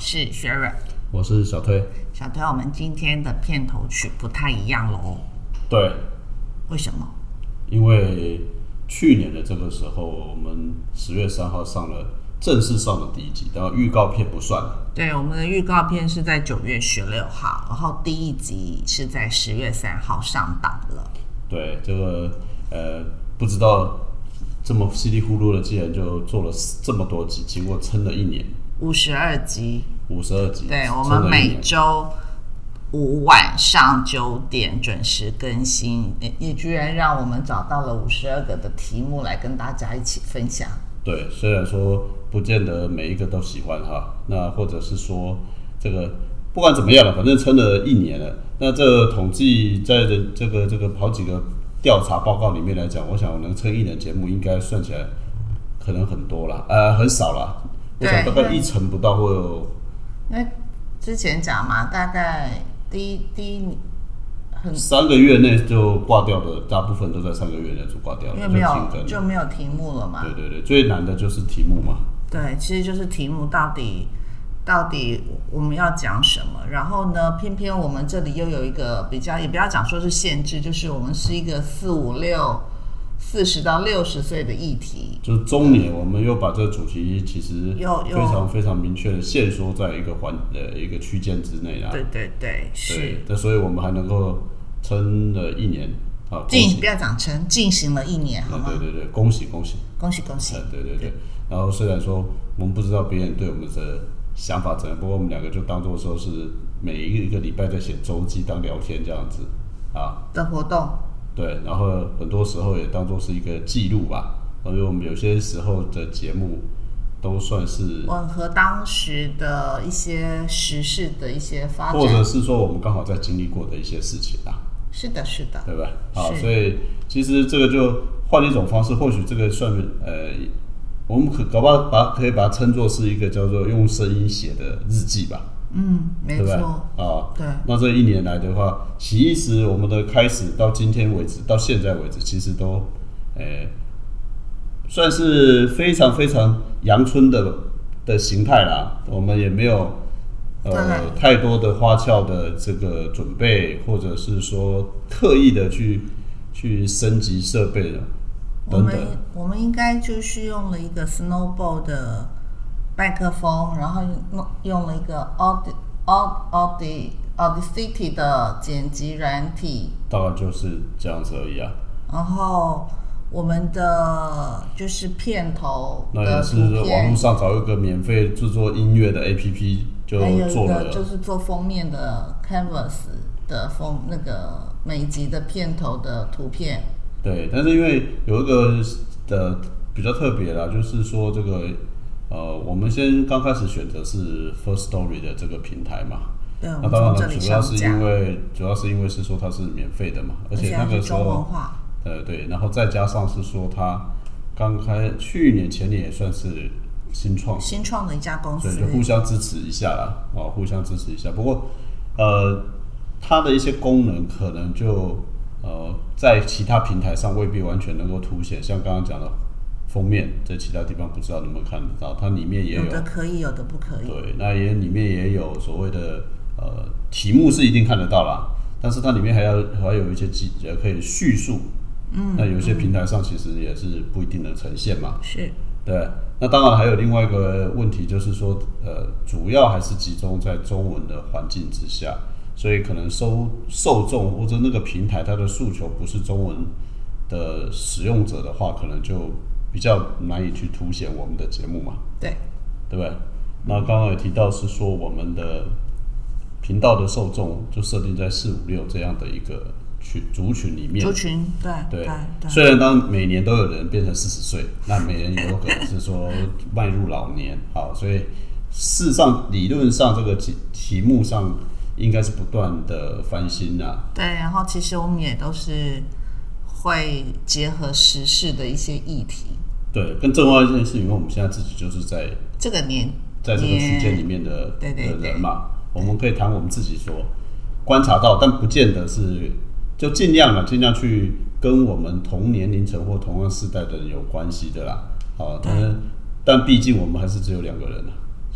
是雪软， 我是小推。 小推，我们今天的片头曲不太一样喽。 对， 为什么？ 因为去年的这个时候，我们10月3号正式上了第一集，然后预告片不算。 对，我们的预告片是在9月16号，然后第一集是在10月3号上档了。 对，这个不知道这么稀里糊涂的，竟然就做了这么多集，经过撑了1年 ，52集。 52集， 对，我们每周5晚上9点准时更新，也居然让我们找到了52个的题目来跟大家一起分享。对， 虽然说不见得每一个都喜欢哈，那或者是说这个不管怎么样了，反正撑了1年了。那这个统计在这个好几个调查报告里面来讲，我想能撑1年节目应该算起来可能很多啦，很少啦。我想大概1成不到会有。 因为之前讲嘛，大概第一 3个月内就挂掉的，大部分都在3个月内就挂掉了， 因为没有题目了嘛。 对，最难的就是题目嘛。 对，其实就是题目到底我们要讲什么，然后呢，偏偏我们这里又有一个也不要讲说是限制，就是我们是一个40到60岁的议题， 就是中年，我们又把这个主题其实非常非常明确的限缩在一个区间之内啦。 对，是。 对，所以我们还能够撑了1年啊！ 不要讲撑，进行了1年，好吗？ 对，恭喜！对。然后虽然说我们不知道别人对我们的想法怎样，不过我们2个就当做说是每一个礼拜在写周记当聊天这样子啊的活动。对， 然后很多时候也当作是一个记录吧，因为我们有些时候的节目都算是吻合当时的一些时事的一些发展， 或者是说我们刚好在经历过的一些事情啊。 是的， 对吧？好，所以其实这个就换一种方式，或许这个算我们搞不好可以把它称作是一个叫做用声音写的日记吧。 没错啊， 对。 那这1年来的话，其实我们的开始到今天为止，到现在为止，其实都，算是非常非常阳春的形态啦。我们也没有太多的花俏的这个准备，或者是说刻意的去升级设备的等等。 我们应该就是用了一个 Snowball 的麦克风，然后用了一个 Audacity 的剪辑软体， 大概就是这样子而已啊。 然后我们的就是片头的图片， 那也是网络上找一个免费制作音乐的 APP 就做了， 还有一个就是做封面的 Canvas 的那个每集的片头的图片。 对，但是因为有一个的比较特别啦，就是说这个我们先刚开始选择是 First Story 的这个平台嘛。 对， 那当然主要是因为是说它是免费的嘛，而且那个时候对，然后再加上是说它去年前年也算是新创的一家公司， 所以就互相支持一下啦，互相支持一下。不过它的一些功能可能就在其他平台上未必完全能够凸显，像刚刚讲的封面，在其他地方不知道能不能看得到，它里面也有的可以，有的不可以。 对，那里面也有所谓的题目是一定看得到啦，但是它里面还有一些可以叙述。那有些平台上其实也是不一定能呈现嘛。 是。 对，那当然还有另外一个问题，就是说主要还是集中在中文的环境之下，所以可能受众或者那个平台它的诉求不是中文的使用者的话，可能就比较难以去凸显我们的节目嘛。 对不对？那刚刚也提到是说我们的频道的受众就设定在456这样的一个族群里面。对。虽然当每年都有人变成40岁，那每人也有可能是说迈入老年，好，所以事实上理论上这个题目上应该是不断的翻新啊。 对，然后其实我们也都是会结合时事的一些议题。 对，更重要一件事情，因为我们现在自己就是在这个区间里面的人嘛，我们可以谈我们自己所观察到，但不见得是就尽量去跟我们同年龄层或同样世代的人有关系的啦。好，但毕竟我们还是只有2个人啦，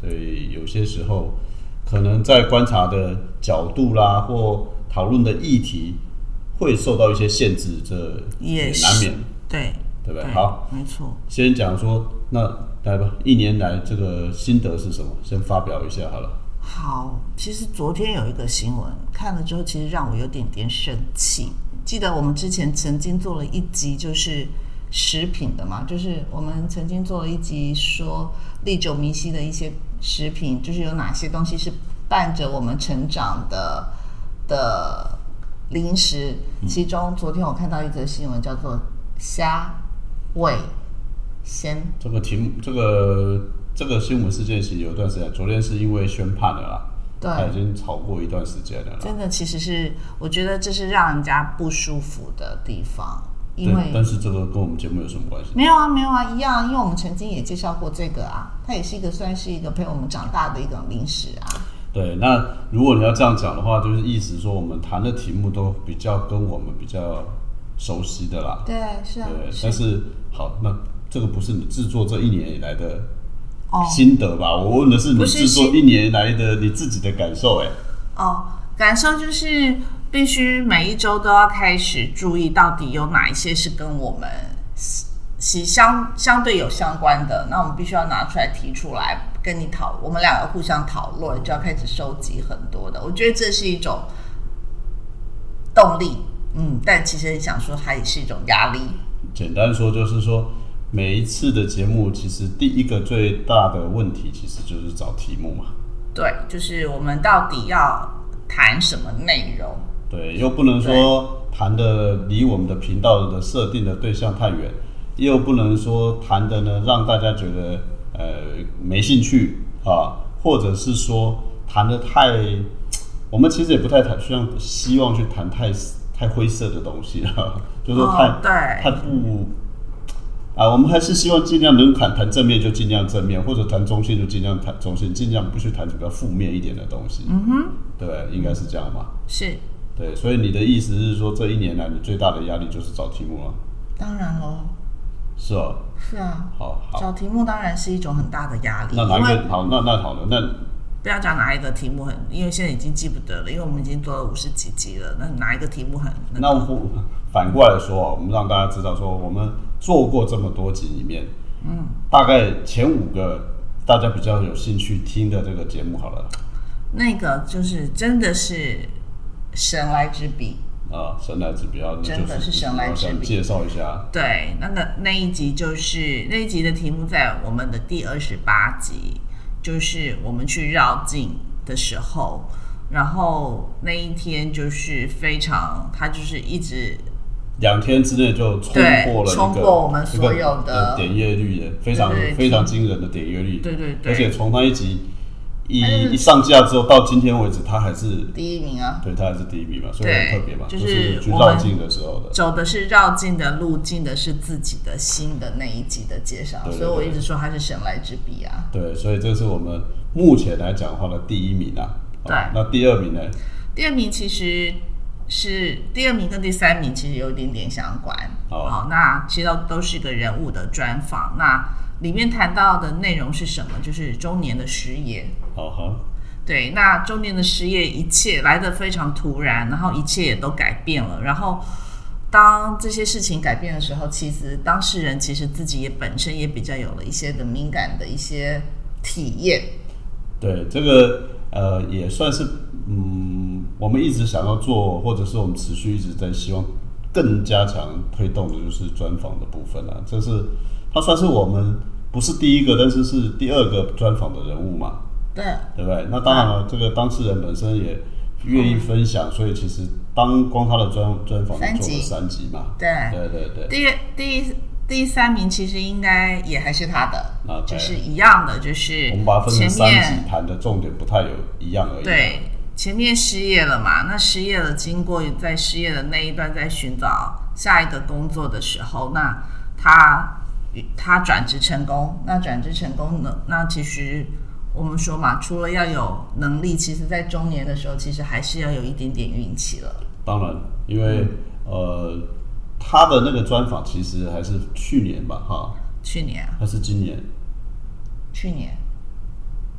所以有些时候可能在观察的角度啦，或讨论的议题会受到一些限制，这也难免， 对不对？好， 没错。 先讲说，那来吧，一年来这个心得是什么？先发表一下好了。 好，其实昨天有一个新闻看了之后，其实让我有点生气。记得我们之前曾经做了一集，就是食品的嘛，就是我们曾经做了一集说历久弥新的一些食品，就是有哪些东西是伴着我们成长的零食。其中昨天我看到一则新闻，叫做虾味鲜。 这个题目，这个新闻事件其实有一段时间，昨天是因为宣判了啦，对，它已经吵过一段时间了啦。 真的，其实是我觉得这是让人家不舒服的地方，因为但是这个跟我们节目有什么关系？ 没有啊，一样，因为我们曾经也介绍过这个啊，它也是算是一个陪我们长大的一种零食啊。 对，那如果你要这样讲的话，就是意思说我们谈的题目都比较跟我们比较熟悉的啦。 对，是啊。 对，但是好，那这个不是你制作这一年以来的心得吧？我问的是你制作一年来的你自己的感受。 感受就是必须每一周都要开始注意，到底有哪一些是跟我们相对有相关的，那我们必须要拿出来提出来跟你我们两个互相讨论，就要开始收集很多的。我觉得这是一种动力，但其实想说它也是一种压力。 简单说就是说，每一次的节目，其实第一个最大的问题，其实就是找题目嘛。 对，就是我们到底要谈什么内容？ 对，又不能说谈的离我们的频道的设定的对象太远，又不能说谈的呢让大家觉得没兴趣啊，或者是说谈的我们其实也不太希望去谈太灰色的东西了，就是说太不。我们还是希望尽量能谈正面就尽量正面，或者谈中性就尽量谈中性，尽量不去谈比较负面一点的东西。对，应该是这样嘛。 是。 对，所以你的意思是说，这一年来你最大的压力就是找题目了？ 当然咯。 是哦。 是啊。 好。 找题目当然是一种很大的压力。 那哪一个好？那好了，那不要讲哪一个题目因为现在已经记不得了，因为我们已经做了50几集了。那哪一个题目那反过来说，我们让大家知道说，我们做过这么多集里面，大概前5个大家比较有兴趣听的这个节目好了。 那个就是真的是神来之笔啊，神来之笔啊， 真的是神来之笔。 介绍一下。 对，那一集的题目在我们的第28集，就是我们去绕境的时候，然后那一天就是他就是一直 2天之内就冲破我们所有的点阅率的，非常惊人的点阅率。 对， 而且从那一集一上架之后到今天为止，他还是第1名啊。 对，他还是第1名嘛，所以很特别嘛， 就是去绕境的时候的， 走的是绕境的路，径的是自己的心的那一集的介绍。所以我一直说他是神来之笔啊。 对，所以这是我们目前来讲的话的第1名啊。对，那第2名呢？ 第2名其实是第2名跟第3名其实有一点点相关。好，那其实都是一个人物的专访。那里面谈到的内容是什么？就是中年的失业。对，那中年的失业，一切来得非常突然，然后一切也都改变了。然后当这些事情改变的时候，其实当事人其实自己也本身也比较有了一些的敏感的一些体验。 对，这个也算是我们一直想要做，或者是我们持续一直在希望更加强推动的，就是专访的部分啊。它算是我们不是第1个，但是是第2个专访的人物嘛。对不对？那当然了，这个当事人本身也愿意分享，所以其实光他的专访做了3集嘛。 对。第3名其实应该也还是他的，就是一样的，就是我们把它分成3集谈的重点不太一样而已。 对，前面失业了嘛，那失业了，经过在失业的那一段在寻找下一个工作的时候，那他转职成功，那转职成功呢，那其实我们说嘛，除了要有能力，其实在中年的时候，其实还是要有一点点运气了。 当然，因为他的那个专访其实还是去年吧， 去年还是今年？ 去年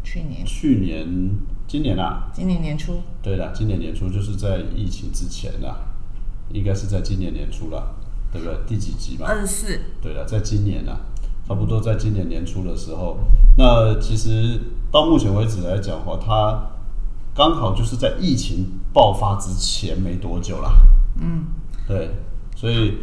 今年啊， 今年年初。 对啦，今年年初就是在疫情之前啦，应该是在今年年初啦，对不对？第几集嘛 ？24。 对啦，在今年啦，差不多在今年年初的时候，那其实到目前为止来讲的话，它刚好就是在疫情爆发之前没多久啦。对，所以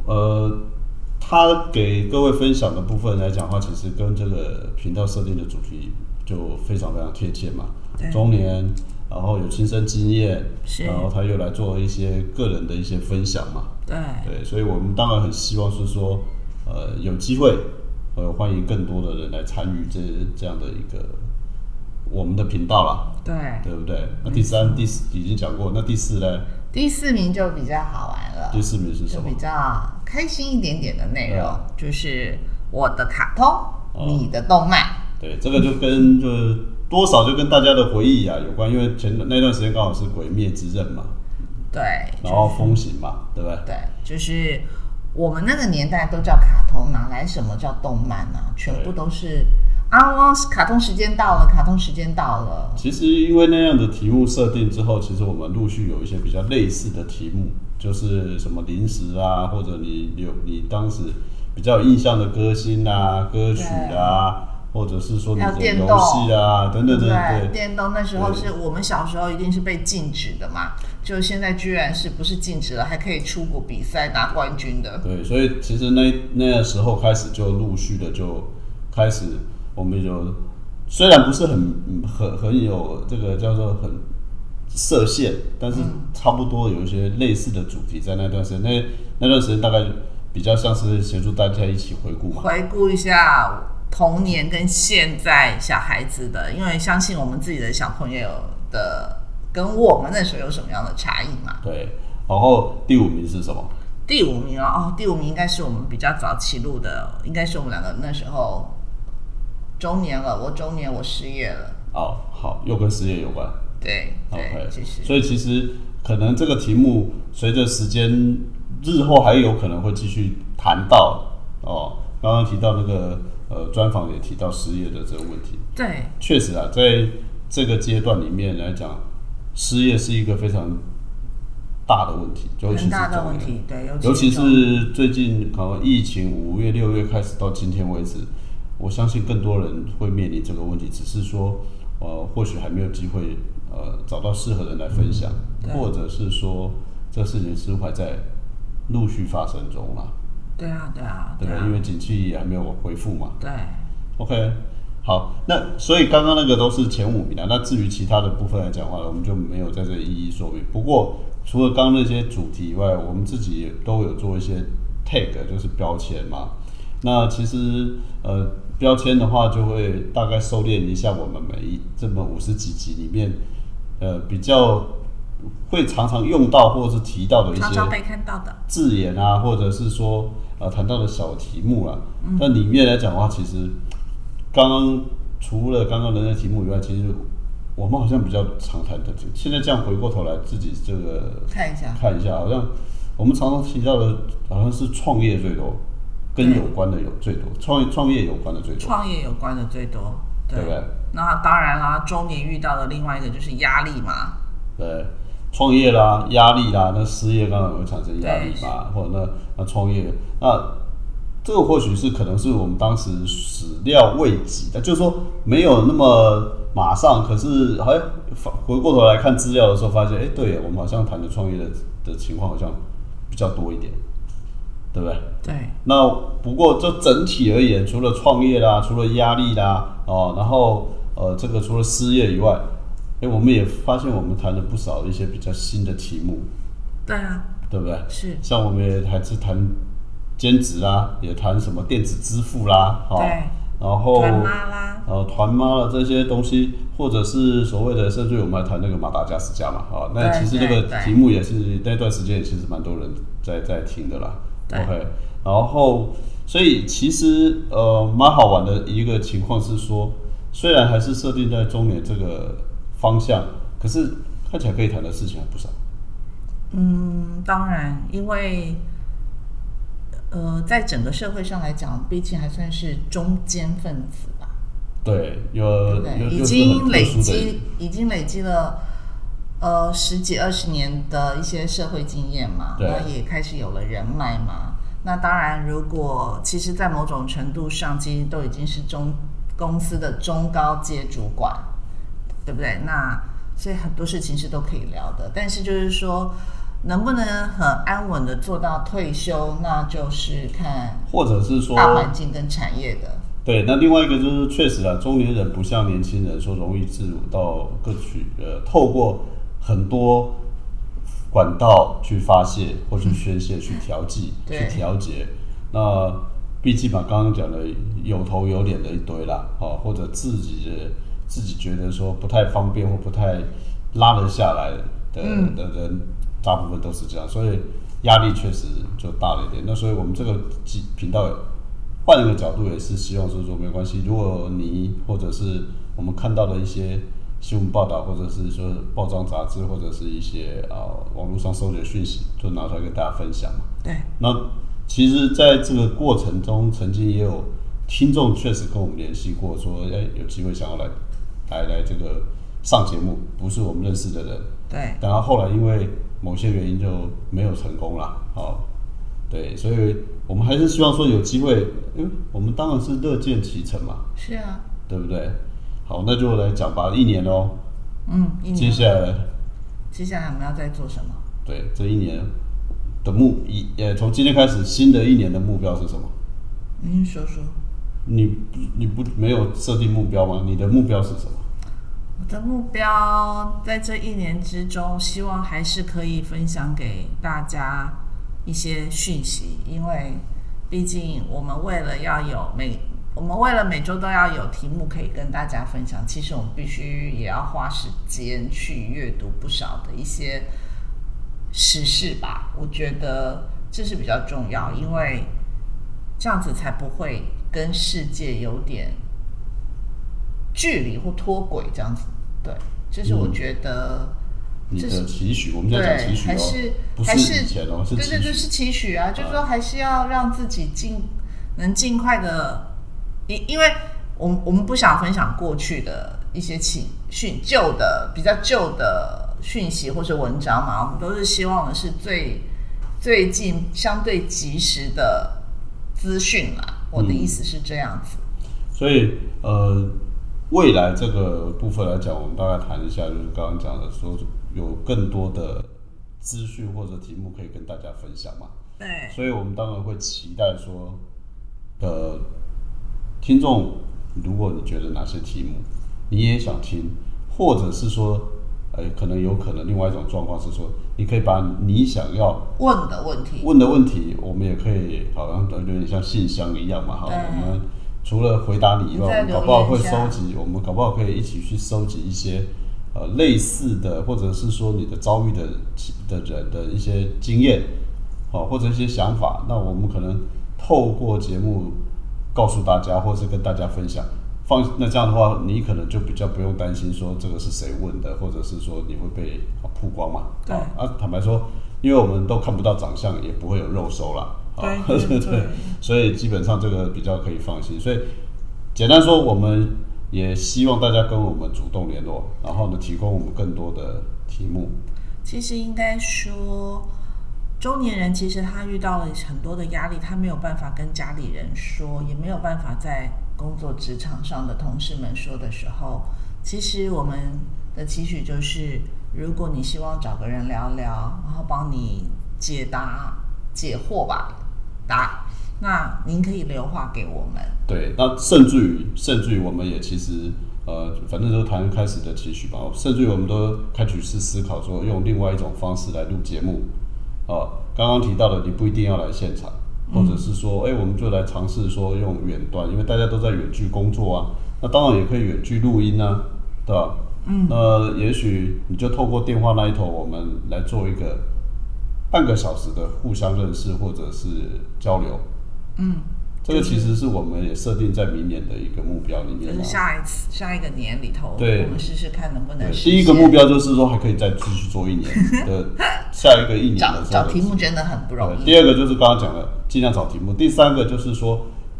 他给各位分享的部分来讲的话，其实跟这个频道设定的主题就非常非常贴切嘛。中年，然后有亲身经验，然后他又来做一些个人的一些分享嘛。对，所以我们当然很希望是说，有机会，欢迎更多的人来参与这样的一个我们的频道啦。对不对？那第3、第4已经讲过，那第4呢？ 第4名就比较好玩了。 第4名是什么？ 就比较开心一点点的内容，就是我的卡通，你的动漫。 对，这个就多少就跟大家的回忆有关，因为那段时间刚好是《鬼灭之刃》嘛。 对。 然后风行嘛，对不对？ 对，就是我们那个年代都叫卡通，哪来什么叫动漫啊？全部都是。卡通时间到了，卡通时间到了。 其实因为那样的题目设定之后，其实我们陆续有一些比较类似的题目，就是什么零食啊，或者你当时比较有印象的歌星啊、歌曲啊，或者是说你的游戏啊等等。对， 电动那时候是我们小时候一定是被禁止的嘛，就现在居然是不是禁止了，还可以出国比赛拿冠军的。 对，所以其实那时候开始就陆续的就开始。我们虽然不是很有这个叫做很设限，但是差不多有一些类似的主题在那段时间。那段时间大概比较像是协助大家一起回顾嘛， 回顾一下童年跟现在小孩子的，因为相信我们自己的小朋友的跟我们那时候有什么样的差异嘛。 对，然后第5名是什么？ 第5名第5名应该是我们比较早期录的，应该是我们两个那时候。中年了，我中年，我失业了。 好，又跟失业有关。 对 ，OK， 所以其实可能这个题目随着时间，日后还有可能会继续谈到刚刚提到那个专访也提到失业的这个问题。 对， 确实啊，在这个阶段里面来讲，失业是一个非常大的问题， 很大的问题。对， 尤其是最近可能疫情5月、6月开始到今天为止。我相信更多人会面临这个问题，只是说，或许还没有机会，找到适合人来分享，或者是说，这事情似乎还在陆续发生中啦。 对啊， 因为景气也还没有恢复嘛。 对。 OK， 好，那所以刚刚那个都是前5名啦。那至于其他的部分来讲的话，我们就没有在这里一一说明。不过，除了刚刚那些主题以外，我们自己也都有做一些 tag， 就是标签嘛。那其实标签的话，就会大概收敛一下我们这么50几集里面，比较会常常用到或者是提到的一些常常被看到的字眼啊，或者是说谈到的小题目啦。那里面来讲的话，其实除了刚刚的那题目以外，其实我们好像比较常谈的，现在这样回过头来自己这个看一下，好像我们常常提到的，好像是创业最多。跟有关的最多，创业有关的最多， 对不对？那当然啦，中年遇到的另外一个就是压力嘛。 对，创业啦，压力啦，那失业刚刚会产生压力嘛，或者那创业，那这个或许是可能是我们当时始料未及的，就是说没有那么马上，可是好像回过头来看资料的时候，发现对，我们好像谈的创业的情况好像比较多一点。对不对？ 对。 那不过就整体而言，除了创业啦，除了压力啦，然后这个除了失业以外，我们也发现我们谈了不少一些比较新的题目。 对啊。 对不对？ 是。 像我们也还是谈兼职啦，也谈什么电子支付啦， 对。 然后团妈啦， 团妈了这些东西，或者是所谓的，甚至我们还谈那个马达加斯加嘛，那其实这个题目也是那段时间也其实蛮多人在听的啦。OK， 然后所以其实蛮好玩的一个情况是说，虽然还是设定在中年这个方向，可是看起来可以谈的事情还不少。 当然，因为在整个社会上来讲，毕竟还算是中间分子吧。 对， 已经累积了10几20年的一些社会经验嘛，那也开始有了人脉嘛。那当然，如果其实在某种程度上，其实都已经是公司的中高阶主管，对不对？那所以很多事情是都可以聊的，但是就是说能不能很安稳的做到退休，那就是看或者是说大环境跟产业的。 对，那另外一个就是确实啊，中年人不像年轻人说容易自如到各取透过很多管道去发泄或去宣泄、去调剂、去调节。那毕竟嘛，刚刚讲的有头有脸的一堆啦，或者自己觉得说不太方便或不太拉得下来的人，大部分都是这样，所以压力确实就大了一点。那所以我们这个频道换一个角度也是希望说没关系，如果你或者是我们看到的一些新闻报道，或者是说报章杂志，或者是一些网络上收集的讯息，就拿出来跟大家分享嘛。 对。 那其实在这个过程中，曾经也有听众确实跟我们联系过，说有机会想要来这个上节目，不是我们认识的人。 对。 然后后来因为某些原因就没有成功了。对，所以我们还是希望说有机会，我们当然是乐见其成嘛。 是啊。 对不对？好，那就来讲吧，1年咯。 1年。接下来我们要再做什么？ 对，这1年的从今天开始，新的1年的目标是什么？ 您说说。 你不没有设定目标吗？你的目标是什么？ 我的目标在这1年之中，希望还是可以分享给大家一些讯息，因为毕竟我们为了每周都要有题目可以跟大家分享，其实我们必须也要花时间去阅读不少的一些时事吧。我觉得这是比较重要，因为这样子才不会跟世界有点距离或脱轨，这样子。对，这是我觉得。 你的期许，我们在讲期许不是以前是期许。 对，是期许啊，就是说还是要让自己能尽快的，因为我们不想分享过去的一些比较旧的讯息或是文章嘛，我们都是希望的是最近相对及时的资讯啦。我的意思是这样子。 所以未来这个部分来讲，我们大概谈一下，就是刚刚讲的说有更多的资讯或者题目可以跟大家分享嘛。 对。 所以我们当然会期待说，听众，如果你觉得哪些题目你也想听，或者是说，可能另外一种状况是说，你可以把你想要问的问题，我们也可以好像有点像信箱一样嘛，哈，我们除了回答你以外，我们搞不好会收集，我们搞不好可以一起去收集一些类似的，或者是说你的遭遇的人的一些经验，或者一些想法，那我们可能透过节目告诉大家，或是跟大家分享。那这样的话，你可能就比较不用担心说这个是谁问的，或者是说你会被曝光嘛。对。坦白说，因为我们都看不到长相，也不会有肉收啦。对。所以基本上这个比较可以放心。所以简单说，我们也希望大家跟我们主动联络，然后呢，提供我们更多的题目。 其实应该说，中年人其实他遇到了很多的压力，他没有办法跟家里人说，也没有办法在工作职场上的同事们说的时候，其实我们的期许就是，如果你希望找个人聊聊，然后帮你解惑吧，那您可以留话给我们。 对，那甚至于我们也其实反正都谈开始的期许吧，甚至于我们都开始是思考说，用另外一种方式来录节目。刚刚提到的，你不一定要来现场。或者是说，我们就来尝试说用远端，因为大家都在远距工作啊，那当然也可以远距录音啊，对吧？那也许你就透过电话那一头，我们来做一个半个小时的互相认识或者是交流。这个其实是我们也设定在明年的一个目标里面， 就是下一个年里头，我们试试看能不能实现。 第一个目标就是说还可以再继续做1年的下一个1年的时候找题目真的很不容易。 第二个就是刚刚讲的，尽量找题目。第三个就是说，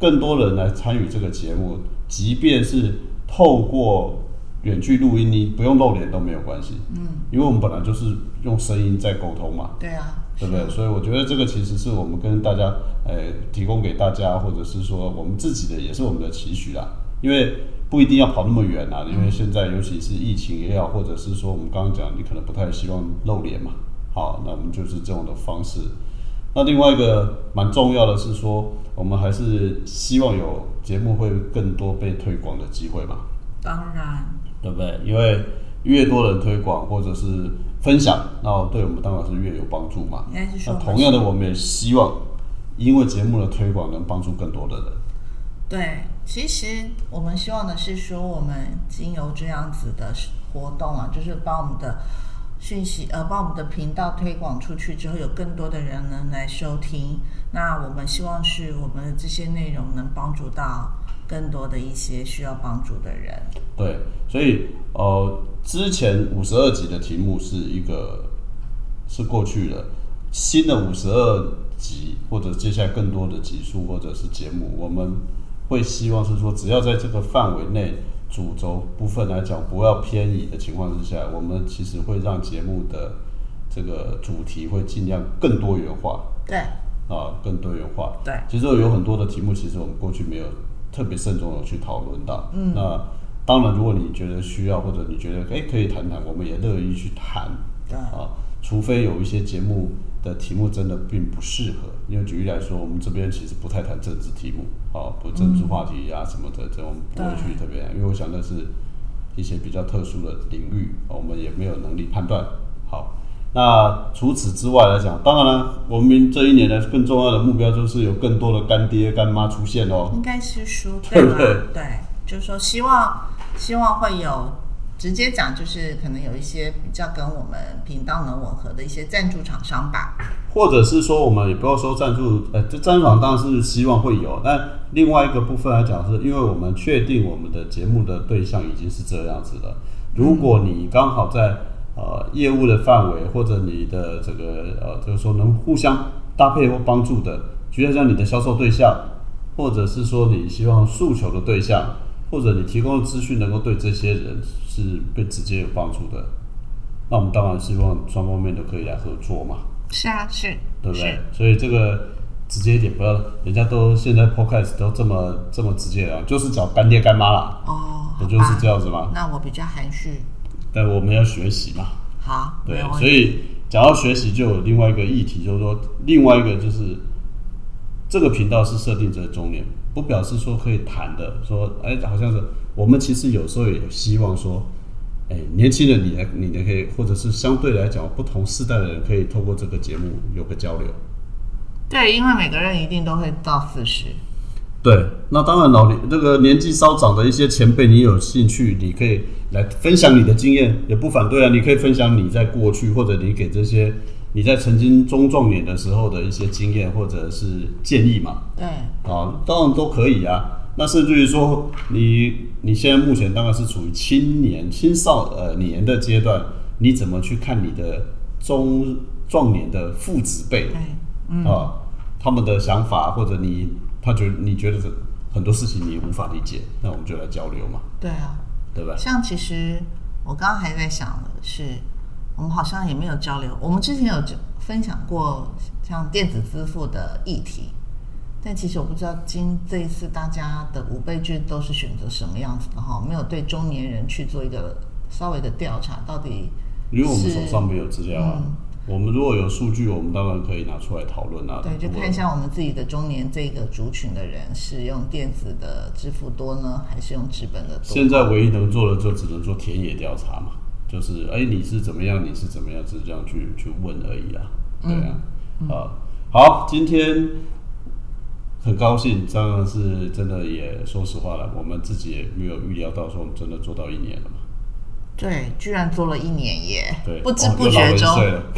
更多人来参与这个节目，即便是透过远距录音，你不用露脸都没有关系。因为我们本来就是用声音在沟通嘛。 对啊， 对不对？所以我觉得这个其实是我们跟大家提供给大家，或者是说我们自己的，也是我们的期许啦。因为不一定要跑那么远啦，因为现在尤其是疫情也好，或者是说我们刚刚讲，你可能不太希望露脸嘛。好，那我们就是这种的方式。那另外一个蛮重要的是说，我们还是希望有节目会更多被推广的机会嘛。 当然， 对不对？因为越多人推广或者是分享，那对我们当然是越有帮助嘛。 应该是说， 那同样的，我们也希望因为节目的推广能帮助更多的人。 对，其实我们希望的是说，我们经由这样子的活动啊，就是把我们的讯息，把我们的频道推广出去之后，有更多的人能来收听。那我们希望是我们的这些内容能帮助到更多的一些需要帮助的人。 对，所以之前52集的题目是过去了，新的52集或者接下来更多的集数或者是节目，我们会希望是说，只要在这个范围内，主轴部分来讲不要偏移的情况之下，我们其实会让节目的这个主题会尽量更多元化。 对。 更多元化。 对。 其实有很多的题目，其实我们过去没有特别慎重的去讨论到。那当然，如果你觉得需要，或者你觉得可以谈谈，我们也乐意去谈。 对。 除非有一些节目的题目真的并不适合，因为举例来说，我们这边其实不太谈政治题目，不政治话题啊什么的，这我们不会去特别谈，因为我想那是一些比较特殊的领域，我们也没有能力判断。好，那除此之外来讲，当然了，我们这一年来更重要的目标就是有更多的干爹干妈出现哦。 应该是说，对吧？对，就是说希望会有。直接讲就是可能有一些比较跟我们频道能吻合的一些赞助厂商吧， 或者是说我们也不要说赞助，这赞助厂当然是希望会有，但另外一个部分来讲，是因为我们确定我们的节目的对象已经是这样子了。如果你刚好在业务的范围，或者你的这个就是说能互相搭配或帮助的，举例像你的销售对象，或者是说你希望诉求的对象。或者你提供的资讯能够对这些人是被直接有帮助的，那我们当然希望双方面都可以来合作嘛。 是啊，是， 对不对？所以这个直接一点，不要人家都现在 podcast 都这么直接了，就是找干爹干妈啦。不就是这样子吗？ 那我比较含蓄， 但我们要学习嘛。 好， 对，所以讲到学习，就有另外一个议题，就是说另外一个就是这个频道是设定在中年。不表示说可以谈的，说好像是我们其实有时候也希望说，年轻人你可以，或者是相对来讲不同世代的人可以透过这个节目有个交流。 对，因为每个人一定都会到40。 对，那当然这个年纪稍长的一些前辈，你有兴趣，你可以来分享你的经验，也不反对啊。你可以分享你在过去，或者你给这些。你在曾经中壮年的时候的一些经验或者是建议嘛？ 对， 当然都可以啊。那甚至于说，你现在目前当然是处于青少年的阶段，你怎么去看你的中壮年的父子辈？他们的想法或者你觉得很多事情你无法理解，那我们就来交流嘛。 对啊， 对吧？ 像其实我刚刚还在想的是。我们好像也没有交流，我们之前有分享过像电子支付的议题，但其实我不知道这一次大家的5倍券都是选择什么样子的哈，没有对中年人去做一个稍微的调查，到底因为我们手上没有资料啊，我们如果有数据，我们当然可以拿出来讨论啊。 对，就看一下我们自己的中年这个族群的人是用电子的支付多呢，还是用纸本的多？ 现在唯一能做的就只能做田野调查嘛。就是你是怎么样，你是怎么样，只是这样去问而已啦。对啊，好，今天很高兴，当然是真的也说实话了，我们自己也没有预料到说我们真的做到1年了嘛。 对，居然做了1年耶！ 对， 不知不觉中，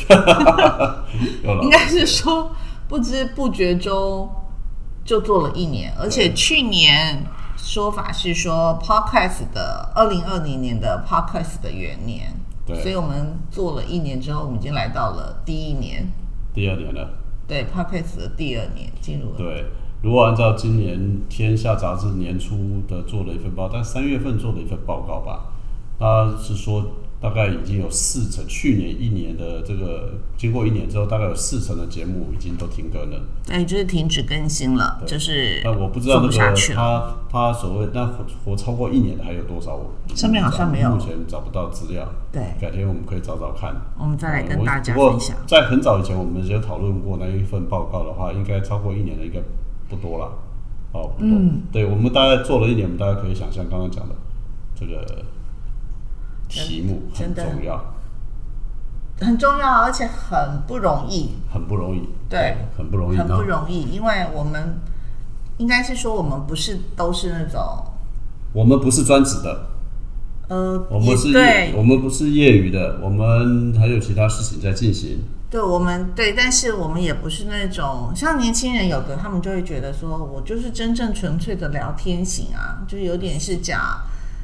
应该是说不知不觉中就做了1年，而且去年。说法是说 Podcast 的2020年的 Podcast 的元年，对，所以我们做了1年之后，我们已经来到了第2年了。 对 Podcast 的第2年进入了。 对， 如果按照今年天下杂志年初的做了一份报告，但3月份做的一份报告吧，他是说大概已经有40%，去年1年的这个经过1年之后，大概有40%的节目已经都停更了。 对，就是停止更新了，就是那我不知道那个他所谓那活超过1年的还有多少？ 上面好像没有， 目前找不到资料。 对， 改天我们可以找找看， 我们再来跟大家分享。 在很早以前我们就讨论过那一份报告的话，应该超过1年的应该不多了。哦，不多。对，我们大概做了1年，我们大概可以想象刚刚讲的这个题目很重要， 很重要，而且很不容易， 很不容易， 对， 很不容易， 很不容易，因为我们应该是说我们不是都是那种， 我们不是专职的，我们不是业余的，我们还有其他事情在进行。 对，我们对，但是我们也不是那种像年轻人，有的他们就会觉得说，我就是真正纯粹的聊天型啊，就是有点是讲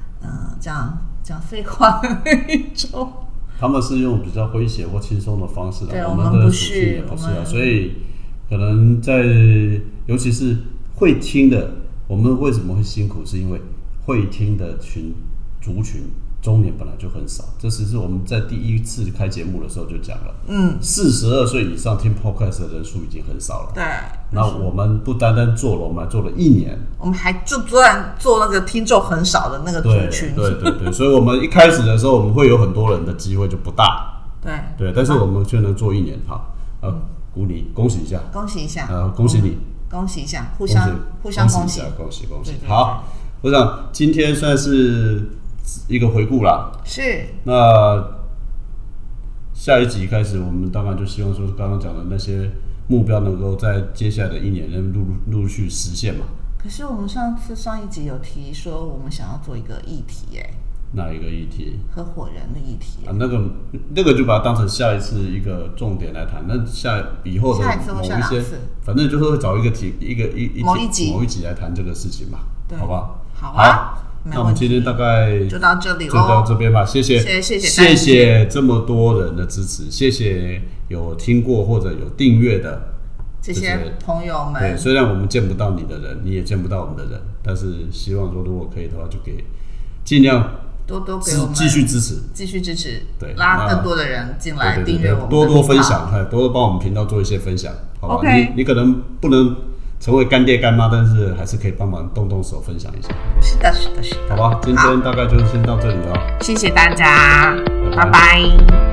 废话的那一种。 他们是用比较诙谐或轻松的方式对， 我们的属性也不是啊，所以可能尤其是会听的，我们为什么会辛苦，是因为会听的族群中年本来就很少，这只是我们在第一次开节目的时候就讲了，42岁以上听 podcast 的人数已经很少了。 对， 那我们不单单做了，我们还做了1年， 我们还做那个听众很少的那个族群。 对，所以我们一开始的时候，我们会有很多人的机会就不大。对，但是我们却能做1年，好，恭喜一下， 恭喜一下， 恭喜你， 恭喜一下，互相恭喜， 恭喜。好，我想今天算是一个回顾啦， 是。 那下一集开始，我们当然就希望说，刚刚讲的那些目标能够在接下来的1年内陆续实现嘛。 可是我们上一集有提说，我们想要做一个议题， 哪一个议题？ 合伙人的议题啊，那个就把它当成下一次一个重点来谈。那以后的某一些，反正就是会找一个某一集来谈这个事情嘛，好不好？ 好啊。 那我们今天大概就到这里咯， 就到这边吧。谢谢这么多人的支持，谢谢有听过或者有订阅的这些朋友们。 对，虽然我们见不到你的人，你也见不到我们的人，但是希望说如果可以的话，就尽量多给我们继续支持， 对，拉更多的人进来订阅我们， 多分享，多帮我们频道做一些分享，好吧？ Okay. 你可能不能成为干爹干妈，但是还是可以帮忙动手分享一下。 是的， 好吧，今天大概就是先到这里了。 谢谢大家，拜拜。